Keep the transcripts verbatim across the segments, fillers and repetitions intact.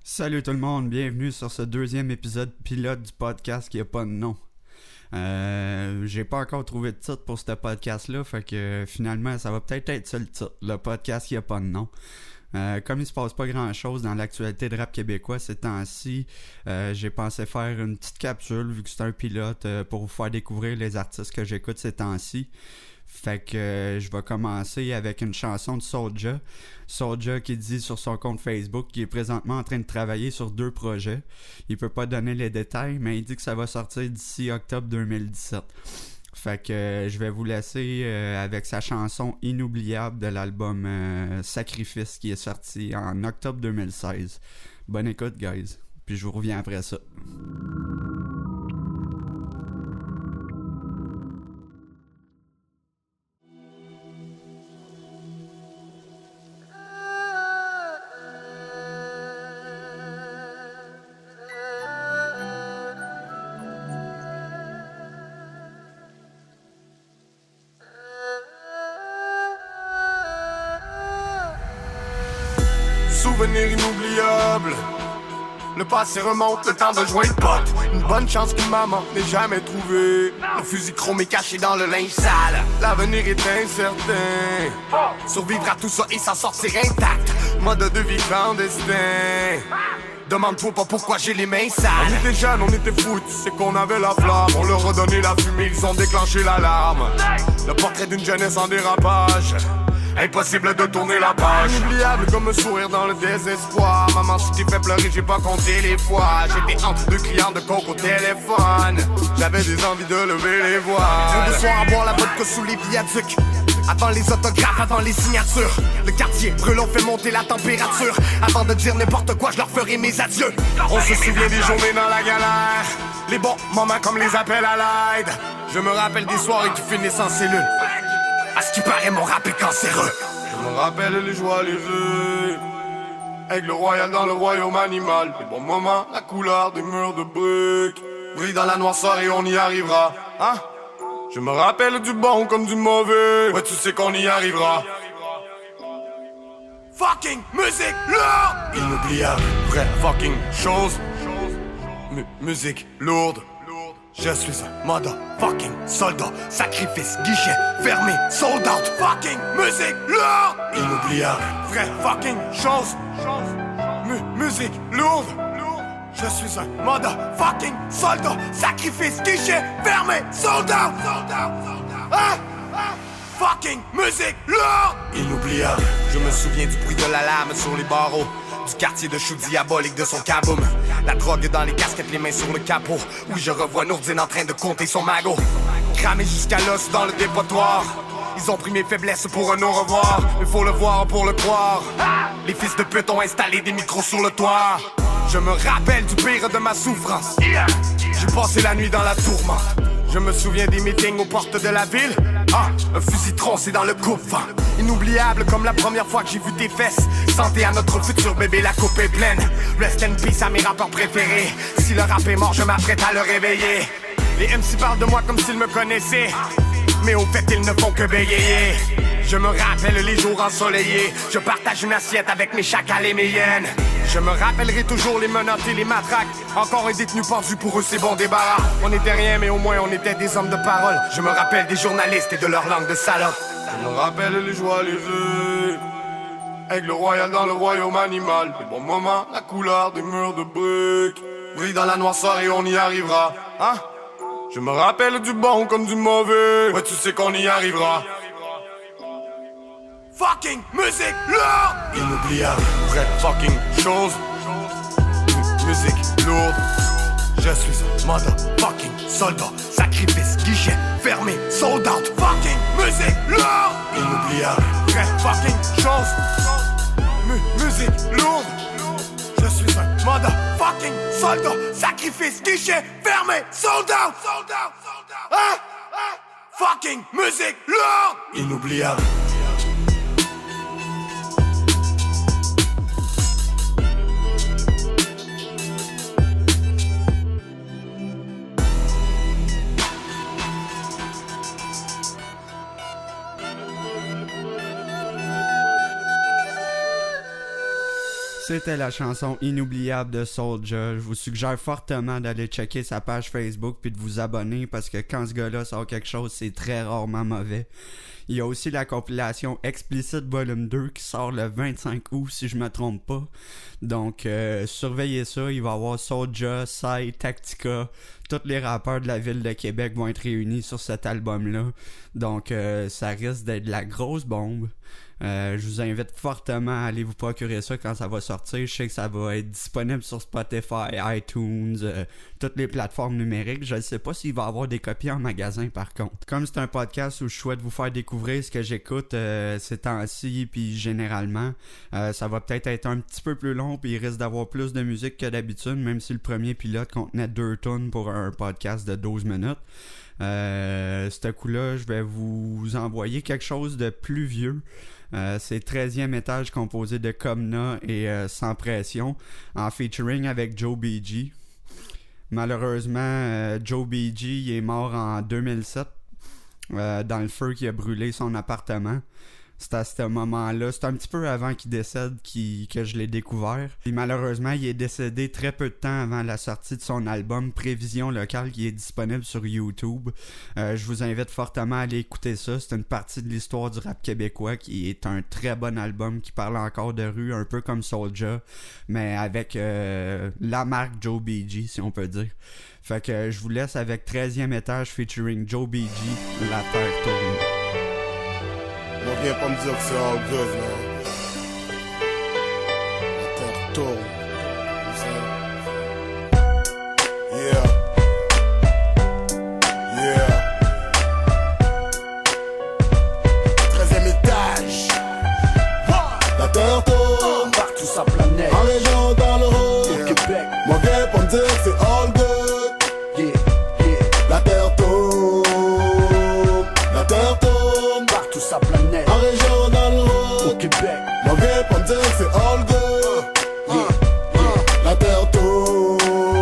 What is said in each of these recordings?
Salut tout le monde, bienvenue sur ce deuxième épisode pilote du podcast qui a pas de nom. Euh, j'ai pas encore trouvé de titre pour ce podcast-là, fait que finalement ça va peut-être être ça le titre, le podcast qui a pas de nom. Euh, comme il se passe pas grand-chose dans l'actualité de rap québécois ces temps-ci, euh, j'ai pensé faire une petite capsule vu que c'est un pilote euh, pour vous faire découvrir les artistes que j'écoute ces temps-ci. Fait que euh, je vais commencer avec une chanson de Soulja. Soulja qui dit sur son compte Facebook qu'il est présentement en train de travailler sur deux projets. Il peut pas donner les détails, mais il dit que ça va sortir d'ici octobre deux mille dix-sept. Fait que euh, je vais vous laisser euh, avec sa chanson inoubliable de l'album euh, Sacrifice qui est sorti en octobre deux mille seize. Bonne écoute, guys. Puis je vous reviens après ça. Souvenir inoubliable. Le passé remonte, le temps de jouer le pote. Une bonne chance qu'une maman n'ait jamais trouvé. Le fusil chromé caché dans le linge sale. L'avenir est incertain. Survivre à tout ça et s'en sortir intact. Mode de vie clandestin. Demande-toi pas pourquoi j'ai les mains sales. On était jeunes, on était fous, tu sais qu'on avait la flamme. On leur a donné la fumée, ils ont déclenché l'alarme. Le portrait d'une jeunesse en dérapage. Impossible de tourner la page. Inoubliable comme un sourire dans le désespoir. Maman, si t'es fait pleurer, j'ai pas compté les fois. J'étais entre deux clients de coke au téléphone. J'avais des envies de lever les voiles. Le soir à boire la vodka sous les viaducs. Avant les autographes, avant les signatures. Le quartier brûle, on fait monter la température. Avant de dire n'importe quoi, je leur ferai mes adieux. On se souvient des journées dans la galère. Les bons moments comme les appels à l'aide. Je me rappelle des soirées qui finissent en cellule. À ce qui paraît, mon rap est cancéreux. Je me rappelle les joies, les rues. Aigle royal dans le royaume animal. Les bons moments, la couleur des murs de briques. Brille dans la noirceur et on y arrivera. Hein? Je me rappelle du bon comme du mauvais. Ouais, tu sais qu'on y arrivera. Fucking musique lourde. Inoubliable, vraie fucking chose. M- musique lourde. Je suis un motherfucking soldat. Sacrifice, guichet, fermé, sold out. Fucking musique lourde. Inoubliable, vraie fucking chose. M- musique lourde. Je suis un motherfucking soldat. Sacrifice, guichet, fermé, sold out. Ah! Fucking musique lourde. Inoubliable. Je me souviens du bruit de la lame sur les barreaux. Du quartier de chou diabolique de son kaboom. La drogue dans les casquettes, les mains sur le capot. Oui, je revois Nourdine en train de compter son magot. Cramé jusqu'à l'os dans le dépotoir. Ils ont pris mes faiblesses pour un au revoir. Il faut le voir pour le croire. Les fils de pute ont installé des micros sur le toit. Je me rappelle du pire de ma souffrance. J'ai passé la nuit dans la tourmente. Je me souviens des meetings aux portes de la ville. Ah, un fusil troncé dans le coupe-vent. Inoubliable comme la première fois que j'ai vu tes fesses. Santé à notre futur bébé, la coupe est pleine. Rest in peace à mes rappeurs préférés. Si le rap est mort, je m'apprête à le réveiller. Les M C parlent de moi comme s'ils me connaissaient. Mais au fait, ils ne font que bégayer. Je me rappelle les jours ensoleillés. Je partage une assiette avec mes chacals et mes hyènes. Je me rappellerai toujours les menottes et les matraques. Encore un détenu pendu, pour eux c'est bon débarras. On n'était rien mais au moins on était des hommes de parole. Je me rappelle des journalistes et de leur langue de salope. Je me rappelle les joies, les rues. Aigle royal dans le royaume animal. Les bons moments, la couleur des murs de briques. Brille dans la noirceur et on y arrivera. Hein? Je me rappelle du bon comme du mauvais. Ouais, tu sais qu'on y arrivera. Fucking musique lourde. Inoubliable, vraie fucking chose. M- musique lourde. Je suis un motherfucking soldat. Sacrifice, guichet, fermé, sold out. Fucking musique lourde. Inoubliable, vraie fucking chose. M- musique lourde. Je suis un motherfucking soldat. Sacrifice, guichet, fermé, sold out. Sold out, sold out. Ah, ah. Fucking musique lourde. Inoubliable. C'était la chanson Inoubliable de Soulja. Je vous suggère fortement d'aller checker sa page Facebook puis de vous abonner parce que quand ce gars-là sort quelque chose, c'est très rarement mauvais. Il y a aussi la compilation Explicit Volume deux qui sort le vingt-cinq août si je me trompe pas. Donc euh, surveillez ça, il va y avoir Soulja, Psy, Tactica, tous les rappeurs de la ville de Québec vont être réunis sur cet album-là. Donc euh, ça risque d'être de la grosse bombe. Euh, je vous invite fortement à aller vous procurer ça quand ça va sortir. Je sais que ça va être disponible sur Spotify, iTunes, euh, toutes les plateformes numériques. Je ne sais pas s'il va y avoir des copies en magasin par contre. Comme c'est un podcast où je souhaite vous faire découvrir ce que j'écoute euh, ces temps-ci, puis généralement, euh, ça va peut-être être un petit peu plus long, puis il risque d'avoir plus de musique que d'habitude, même si le premier pilote contenait deux tonnes pour un podcast de douze minutes. Euh, ce coup-là, je vais vous envoyer quelque chose de plus vieux. Euh, c'est treizième étage composé de Comna et euh, Sans Pression en featuring avec Joe B G. Malheureusement, euh, Joe B G il est mort en deux mille sept euh, dans le feu qui a brûlé son appartement. C'est à ce moment-là, c'est un petit peu avant qu'il décède qui, que je l'ai découvert. Et malheureusement, il est décédé très peu de temps avant la sortie de son album Prévision Locale qui est disponible sur YouTube. Euh, je vous invite fortement à aller écouter ça. C'est une partie de l'histoire du rap québécois qui est un très bon album qui parle encore de rue, un peu comme Soulja, mais avec euh, la marque Joe B G, si on peut dire. Fait que je vous laisse avec treizième étage featuring Joe B G, La Terre tourne. On vient pas me dire que c'est all good, là. La terre tourne. Yeah. Yeah. Treizième étage. La terre tourne. Partout sa planète. En région, dans le haut. Au Québec. On vient pas me dire que c'est all good. Yeah, yeah. La terre tourne. La terre tourne. Partout sa planète. En région, dans le haut. Au Québec. On vient pas me dire que c'est all good. Yeah, yeah. La terre tourne.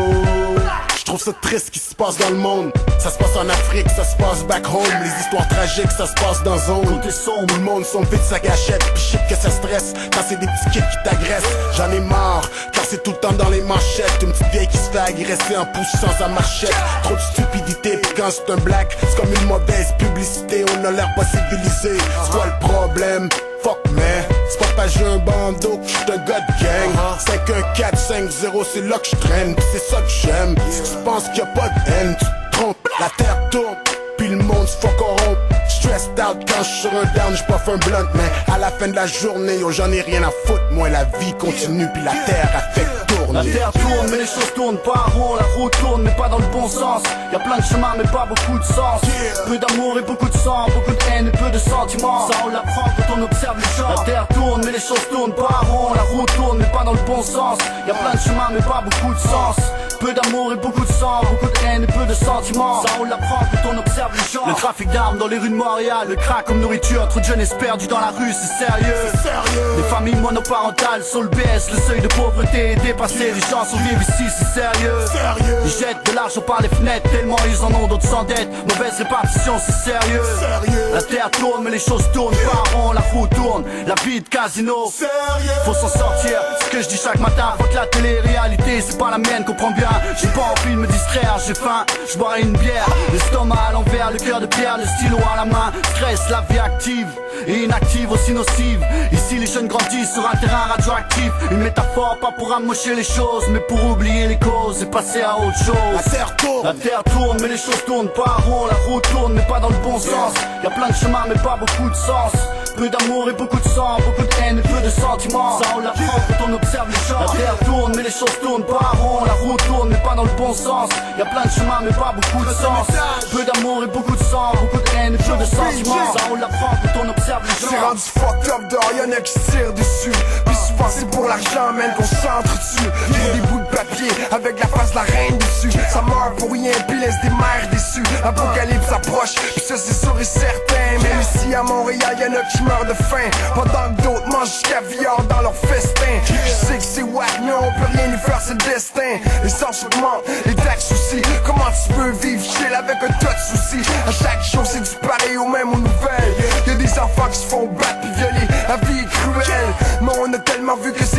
Je trouve ça triste ce qui se passe dans le monde. Ça se passe en Afrique, ça se passe back home. Les histoires tragiques, ça se passe dans zone. Côté sombre. Tout le monde son vide sa gâchette. Pis shit que ça stresse quand c'est des petits kids qui t'agressent. J'en ai marre, car c'est tout le temps dans les manchettes. Une petite vieille qui se fait agresser en poussant sa marchette. Trop de stupidité, pis quand c'est un black, c'est comme une mauvaise publicité. On a l'air pas civilisé. C'est quoi le problème? Fuck man, c'est pas parce que j'ai un bandeau que j'suis un gars de gang. cinq un quatre cinq zéro, c'est là que j'traîne, pis c'est ça que j'aime. Si tu penses qu'il y a pas de haine, tu te trompes. La terre tourne, pis le monde se faut corrompre. Stressed out quand j'suis sur un down, j'puff un blunt. Mais à la fin de la journée, yo j'en ai rien à foutre. Moi la vie continue, pis la terre a fait tourner. La terre tourne, mais les choses tournent pas rond. La route tourne, mais pas dans le bon sens. Y'a plein de chemins, mais pas beaucoup de sens. Peu d'amour et beaucoup de sang, beaucoup de haine et peu de sentiments. Ça on l'apprend quand on observe les gens. La terre tourne, mais les choses tournent pas rond. La route tourne, mais pas dans le bon sens. Y'a plein de chemins, mais pas beaucoup de sens. Peu d'amour et beaucoup de sang, beaucoup de haine et peu de sentiments. Ça on l'apprend quand on observe les gens. Le trafic d'armes dans les rues de Montréal, le crack comme nourriture. Trop de jeunesse perdus dans la rue, c'est sérieux. Sérieux. Les familles monoparentales sur le B S, le seuil de pauvreté est dépassé. Les gens survivent ici, c'est sérieux. Sérieux. Ils jettent de l'argent par les fenêtres, tellement ils en ont, d'autres s'endettent. Mauvaise répartition, c'est sérieux. Sérieux. La terre tourne, mais les choses tournent pas rond. La roue tourne, la vie de casino. Sérieux. Faut s'en sortir, ce que je dis chaque matin. Faut que la télé-réalité, c'est pas la mienne, comprends bien. J'ai pas envie de me distraire, j'ai faim, je boirai une bière. L'estomac à l'envers, le cœur de pierre, le stylo à la main. Stress, la vie active et inactive, aussi nocive. Ici les jeunes grandissent sur un terrain radioactif. Une métaphore pas pour amocher les choses, mais pour oublier les causes et passer à autre chose. La terre tourne. La terre tourne, mais les choses tournent pas rond. La route tourne, mais pas dans le bon sens. Y'a plein de chemins, mais pas beaucoup de sens. Peu d'amour et beaucoup de sang, beaucoup de haine et peu de sentiments. Ça on l'apprend quand on observe les gens. La terre tourne, mais les choses tournent pas rond. La route tourne, mais pas dans le bon sens. Y'a plein de chemins, mais pas beaucoup de sens. Peu d'amour et beaucoup de sang, beaucoup de haine et peu de sentiments. Ça on l'apprend quand on observe les gens. C'est rendu fucked up dehors, y'en a qui se tirent dessus. Puis souvent c'est pour l'argent, man, qu'on s'entretue. Pour des bouts de papier, avec la face de la reine dessus. Ça meurt pour rien, puis laisse des mères déçues. Apocalypse approche, puis ça c'est sûr et certain. Même ici à Montréal, y'en a qui meurent de faim, pendant que d'autres mangent du caviar dans leur festin. Je sais que c'est wack, mais on peut rien y faire, c'est le destin. Les sens augmentent, les taxes aussi. Comment tu peux vivre chill avec un tas de soucis? À chaque jour c'est du pareil au même aux nouvelles. Y'a des enfants qui se font battre puis violer, la vie est cruelle. Mais on a tellement vu que c'est devenu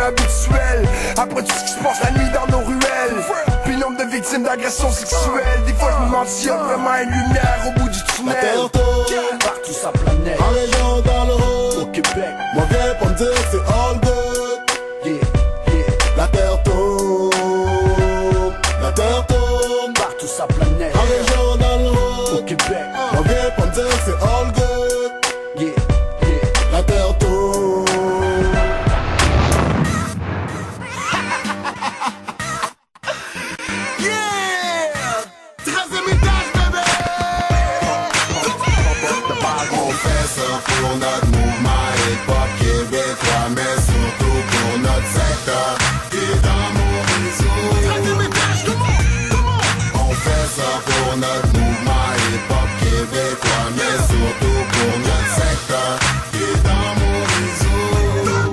habituel. Après tout ce qui se passe la nuit dans nos ruelles, puis nombre de victimes d'agressions sexuelles. Des fois je me demande s'il y a vraiment une lumière au bout du tunnel. La terre tourne, partout sa planète. En région, dans le haut, au Québec. Moi viens pas me dire que c'est all good. Yeah, yeah. La terre tourne, la terre tourne, partout sa planète. En région, dans le haut, au Québec. Moi viens pas me dire que c'est all good. Yeah, yeah. La terre tourne. Pour notre mouvement hip-hop québécois, mais surtout pour notre secteur qui est dans mon réseau. On fait ça pour notre mouvement hip-hop québécois, mais surtout pour notre secteur qui est dans mon réseau.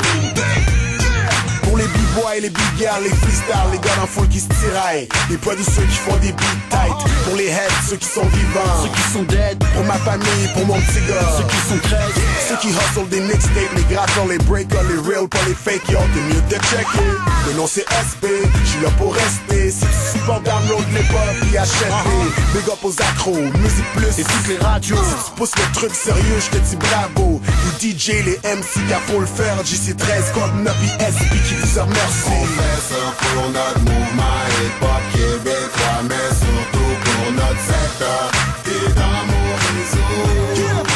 Pour les b-boys, les big-girls, les freestyles, les gars dans foule qui se tiraillent. Les pas de ceux qui font des beats tight. Pour les heads, ceux qui sont vivants, Ceux qui sont dead, pour ma famille, pour mon petit gars. ceux qui sont treize, Ceux qui hustle des mixtapes, les gratteurs, les breakers, les real, pas les fake, yo, t'es mieux de checker. Le nom c'est S P, j'suis là pour rester. Si tu supportes download les pop, puis achète-les. Big up aux accros, musique plus et toutes les radios. Si tu pousses le truc sérieux, j'te dis bravo. Les D J, les M C, car faut le faire. J C treize, Code neuf et S P qui vous remercie. On fait ça pour notre mouvement hip-hop québécois, mais surtout pour notre secteur qui est dans mon réseau.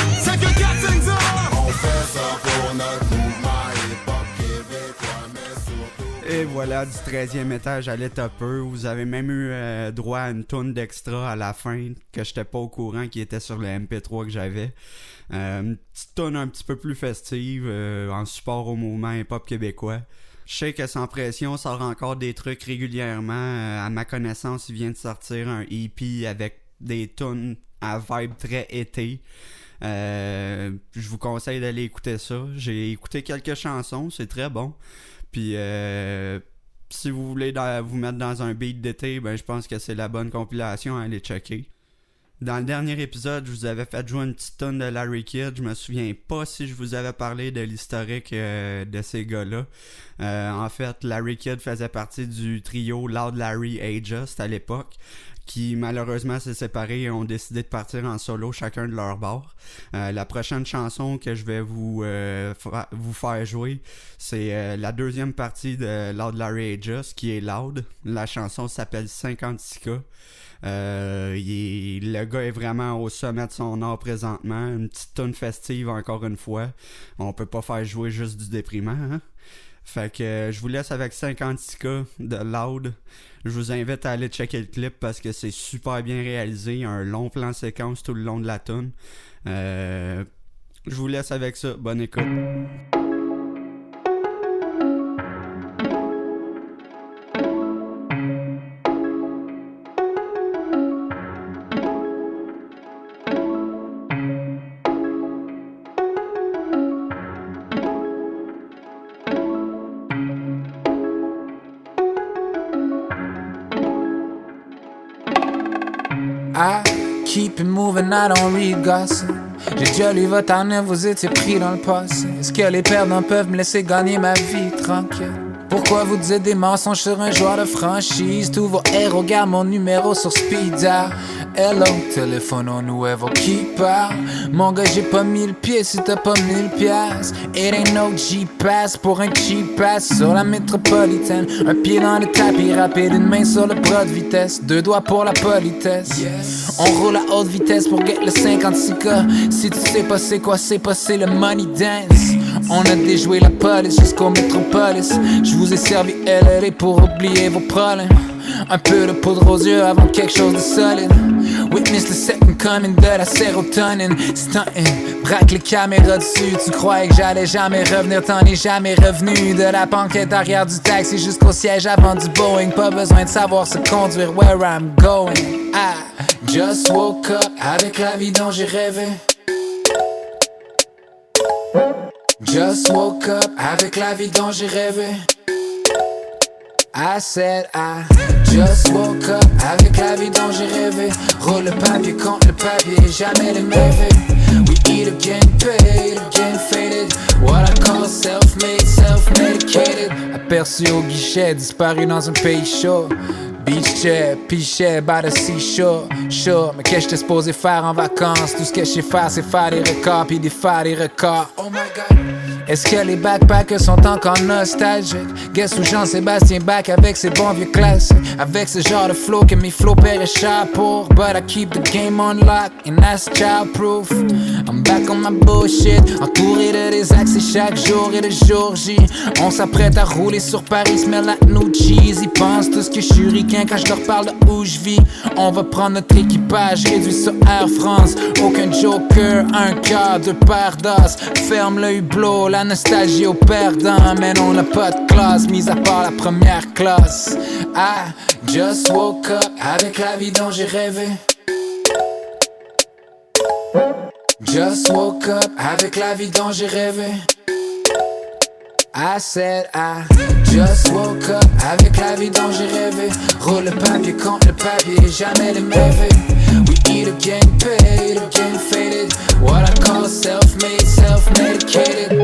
On fait ça pour notre mouvement hip-hop québécois, mais surtout... Et voilà, du treizième étage à l'état peu. Vous avez même eu euh, droit à une toune d'extra à la fin que j'étais pas au courant, qui était sur le M P trois que j'avais. Euh, une petite toune un petit peu plus festive euh, en support au mouvement hip-hop québécois. Je sais que Sans Pression sort encore des trucs régulièrement. Euh, à ma connaissance, il vient de sortir un E P avec des tunes à vibe très été. Euh, je vous conseille d'aller écouter ça. J'ai écouté quelques chansons, c'est très bon. Puis euh, si vous voulez dans, vous mettre dans un beat d'été, ben je pense que c'est la bonne compilation à aller checker. Dans le dernier épisode, je vous avais fait jouer une petite tonne de Larry Kidd. Je me souviens pas si je vous avais parlé de l'historique euh, de ces gars-là. Euh, en fait, Larry Kidd faisait partie du trio Loud Larry A-Just à l'époque, qui malheureusement s'est séparés et ont décidé de partir en solo chacun de leur bord. Euh, la prochaine chanson que je vais vous, euh, fra- vous faire jouer, c'est euh, la deuxième partie de Loud Larry A-Just, qui est Loud. La chanson s'appelle cinquante-six K. Euh, il est, le gars est vraiment au sommet de son art présentement. Une petite toune festive encore une fois. On peut pas faire jouer juste du déprimant, hein? Fait que euh, je vous laisse avec cinquante-six K de Loud. Je vous invite à aller checker le clip parce que c'est super bien réalisé. Un long plan séquence tout le long de la toune. Euh, je vous laisse avec ça. Bonne écoute. I keep it moving, I don't read gossip. J'ai déjà lu votre année, vous étiez pris dans le passé. Est-ce que les perdants peuvent me laisser gagner ma vie tranquille? Pourquoi vous dites des mensonges sur un joueur de franchise? Tous vos héros gardent mon numéro sur speed dial. Hello, téléphone au nouveau qui parle. Mon gars, j'ai pas mis le pied si t'as pas mille piastres. It ain't no G-Pass pour un cheap ass sur la métropolitaine. Un pied dans le tapis rapide, une main sur le bras de vitesse. Deux doigts pour la politesse. Yes. On roule à haute vitesse pour get le cinquante-six K. Si tu sais pas c'est quoi, c'est pas c'est le money dance. On a déjoué la police jusqu'au métropolis. Je vous ai servi L L A pour oublier vos problèmes. Un peu de poudre aux yeux avant quelque chose de solide. Witness le second coming de la sérotonine. Stuntin', braque les caméras dessus. Tu croyais que j'allais jamais revenir, t'en es jamais revenu. De la banquette arrière du taxi jusqu'au siège avant du Boeing. Pas besoin de savoir se conduire where I'm going. I just woke up avec la vie dont j'ai rêvé. Just woke up avec la vie dont j'ai rêvé. I said I just woke up avec la vie dont j'ai rêvé. Roule le papier contre le papier, jamais les mauvais. We eat up, getting paid, up, getting faded. What I call self-made, self-medicated. Aperçu au guichet, disparu dans un pays chaud. Beach chair, pichet, by the seashore. Sure, mais qu'est-ce que j'étais supposé faire en vacances? Tout ce que je sais faire, c'est faire des records, puis défaire des records. Oh my god. Est-ce que les backpackers sont encore nostalgiques? Guess où Jean-Sébastien back avec ses bons vieux classiques? Avec ce genre de flow que mes flows paieraient cher pour. But I keep the game on lock and that's child-proof. I'm back on my bullshit, entouré de des accès chaque jour et de jour J. On s'apprête à rouler sur Paris, smell like new cheese. Ils pensent tous que je suis ricain quand je leur parle de où je vis. On va prendre notre équipage, réduit sur Air France. Aucun joker, un cœur, deux paires d'os. Ferme le hublot, la nostalgie au perdant. Man, on n'a pas de classe, mis à part la première classe. I just woke up avec la vie dont j'ai rêvé. Just woke up avec la vie dont j'ai rêvé. I said I just woke up avec la vie dont j'ai rêvé. Roule le papier contre le papier, jamais les mauvais. We eat up, getting paid, up, getting faded. What I call self-made, self-medicated.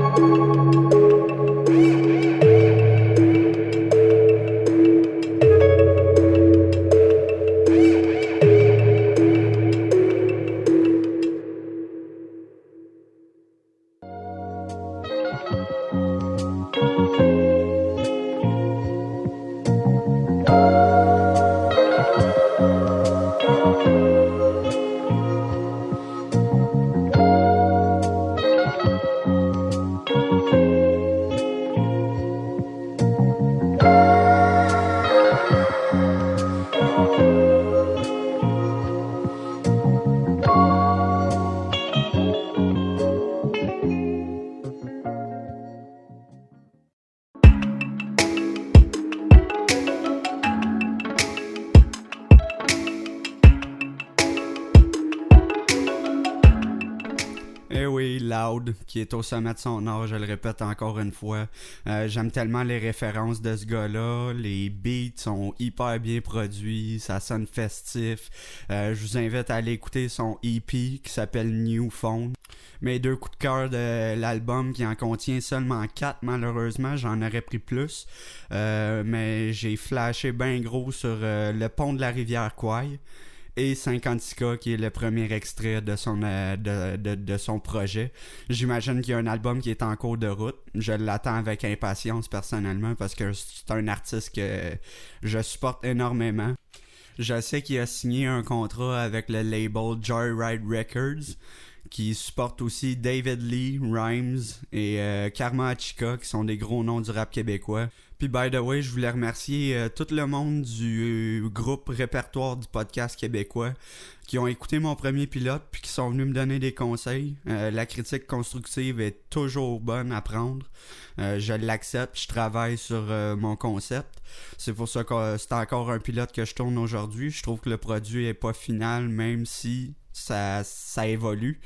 Loud, qui est au sommet de son art, je le répète encore une fois. Euh, j'aime tellement les références de ce gars-là. Les beats sont hyper bien produits, ça sonne festif. Euh, je vous invite à aller écouter son E P qui s'appelle New Phone. Mes deux coups de cœur de l'album, qui en contient seulement quatre, malheureusement, j'en aurais pris plus. Euh, mais j'ai flashé bien gros sur euh, le pont de la rivière Kwai et cinquante-six K, qui est le premier extrait de son, euh, de, de, de son projet. J'imagine qu'il y a un album qui est en cours de route. Je l'attends avec impatience personnellement parce que c'est un artiste que je supporte énormément. Je sais qu'il a signé un contrat avec le label Joyride Records, qui supporte aussi David Lee, Rhymes et euh, Karma Achika, qui sont des gros noms du rap québécois. Puis by the way, je voulais remercier euh, tout le monde du euh, groupe répertoire du podcast québécois qui ont écouté mon premier pilote puis qui sont venus me donner des conseils. Euh, la critique constructive est toujours bonne à prendre. Euh, je l'accepte, je travaille sur euh, mon concept. C'est pour ça que euh, c'est encore un pilote que je tourne aujourd'hui. Je trouve que le produit est pas final, même si ça, ça évolue.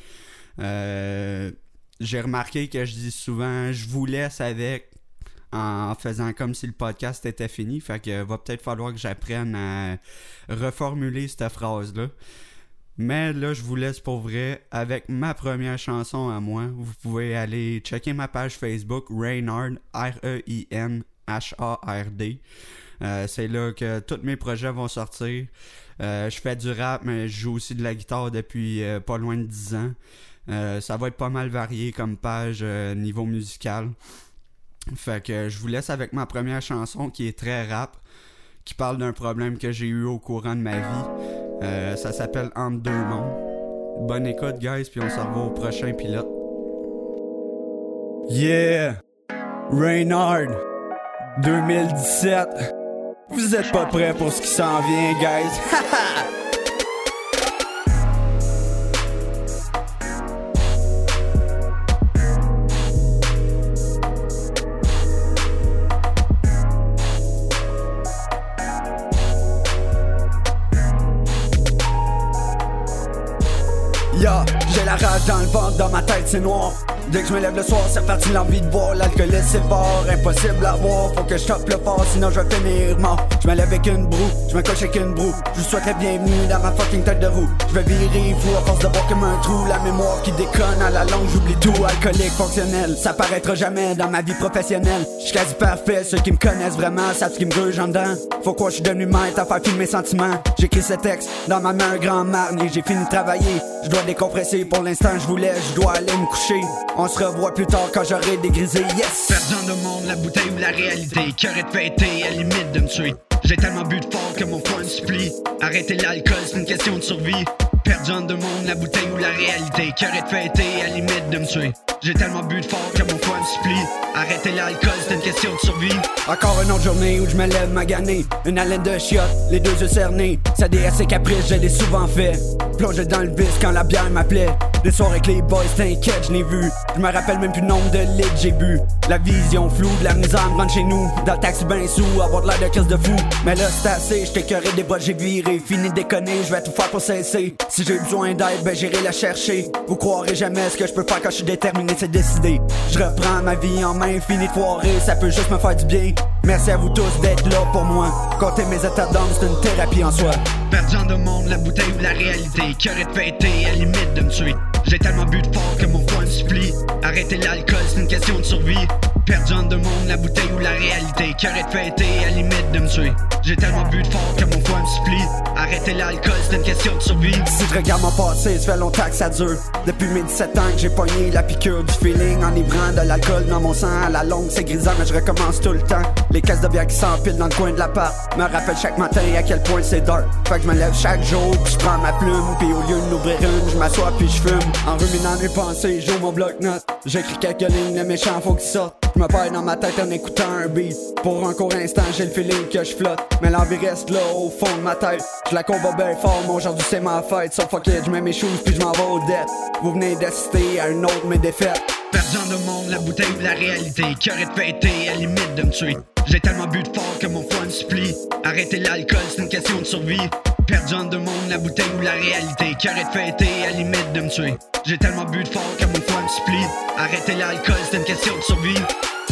Euh, j'ai remarqué que je dis souvent « je vous laisse avec » en faisant comme si le podcast était fini. Fait que va peut-être falloir que j'apprenne à reformuler cette phrase-là. Mais là, je vous laisse pour vrai avec ma première chanson à moi. Vous pouvez aller checker ma page Facebook, Reynard, R E I N H A R D. Euh, c'est là que tous mes projets vont sortir. Euh, je fais du rap, mais je joue aussi de la guitare depuis euh, pas loin de dix ans. Euh, ça va être pas mal varié comme page euh, niveau musical. Fait que je vous laisse avec ma première chanson qui est très rap, qui parle d'un problème que j'ai eu au courant de ma vie. Euh, ça s'appelle Entre deux mondes. Bonne écoute, guys, puis on se revoit au prochain pilote. Yeah! Reynard deux mille dix-sept. Vous êtes pas prêts pour ce qui s'en vient, guys? Yeah, j'ai la rage dans le ventre, dans ma tête c'est noir. Dès que je me lève le soir, c'est parti l'envie de boire. L'alcoolisme c'est fort, impossible à voir. Faut que je chope le fort, sinon je vais finir mort. Je me lève avec une broue, je me coche avec une broue. Je vous souhaite la bienvenue dans ma fucking tête de roue. Je vais virer fou à force de voir comme un trou. La mémoire qui déconne, à la longue j'oublie tout. Alcoolique fonctionnel, ça paraîtra jamais dans ma vie professionnelle. Je suis quasi parfait, ceux qui me connaissent vraiment savent ce qui me gruge en dedans. Faut quoi je suis devenu maître à faire filmer mes sentiments. J'écris ce texte dans ma main un grand marne et j'ai fini de travailler. Je dois décompresser, pour l'instant je vous laisse, je dois aller me coucher. On se revoit plus tard quand j'aurai dégrisé, yes. Perdant de monde, la bouteille ou la réalité, cœur est fêté, à limite de me tuer. J'ai tellement bu de fort que mon foie me supplie. Arrêter l'alcool, c'est une question de survie. Perdant de monde, la bouteille ou la réalité, cœur est fêté, à limite de me tuer. J'ai tellement bu de fort que mon foie me supplie. Arrêter l'alcool, c'est une question de survie. Encore une autre journée où je me lève magané. Une haleine de chiottes, les deux yeux cernés. Ça déesse et caprice, je l'ai souvent fait. Plonger dans le vice quand la bière m'appelait. Des soirs avec les boys, t'inquiète, je n'ai vu. Je me rappelle même plus le nombre de litres j'ai bu. La vision floue de la misère me rentre chez nous. Dans le taxi ben sous, avoir de l'air de crise de fou. Mais là c'est assez, j't'ai écœuré des boîtes, j'ai viré. Fini de déconner, je vais tout faire pour cesser. Si j'ai besoin d'aide, ben j'irai la chercher. Vous croirez jamais ce que je peux faire quand je suis déterminé, c'est décidé. Je reprends ma vie en main, fini de foirer, ça peut juste me faire du bien. Merci à vous tous d'être là pour moi. Compter mes états d'âme, c'est une thérapie en soi. Perdant de monde, la bouteille ou la réalité, cœur est fêté, à limite de me tuer. J'ai tellement bu de fort que mon foie me supplie. Arrêter l'alcool, c'est une question de survie. Perdant de monde, la bouteille ou la réalité, cœur est fêté, à limite de me tuer. J'ai tellement bu de fort que mon foie me supplie. Arrêter l'alcool, c'est une question de survie. Si je regarde mon passé, ça fait longtemps que ça dure. Depuis mes dix-sept ans que j'ai pogné la piqûre du feeling. Enivrant de l'alcool dans mon sang, à la longue c'est grisant mais je recommence tout le temps. Les caisses de bière qui s'empilent dans le coin de l'appart me rappellent chaque matin à quel point c'est dark. Fait que je me lève chaque jour, puis je prends ma plume. Puis au lieu de l'ouvrir une, je m'assois puis je fume. En ruminant mes pensées, j'ouvre mon bloc-notes. J'écris quelques lignes, le méchant faut qu'il sorte. Je me perds dans ma tête en écoutant un beat. Pour un court instant, j'ai le feeling que je flotte. Mais l'envie reste là, au fond de ma tête. Je la combat bien fort, mais aujourd'hui c'est ma fête. So fuck it, je mets mes shoes puis je m'en vais au death. Vous venez d'assister à une autre mes défaites. Perdant de monde, la bouteille ou la réalité, cœur est fêté, à limite de me tuer. J'ai tellement bu de fort que mon foie me supplie. Arrêter l'alcool, c'est une question de survie. Perdant de monde, la bouteille ou la réalité, cœur est fêté, à limite de me tuer. J'ai tellement bu de fort que mon foie me supplie. Arrêter l'alcool, c'est une question de survie.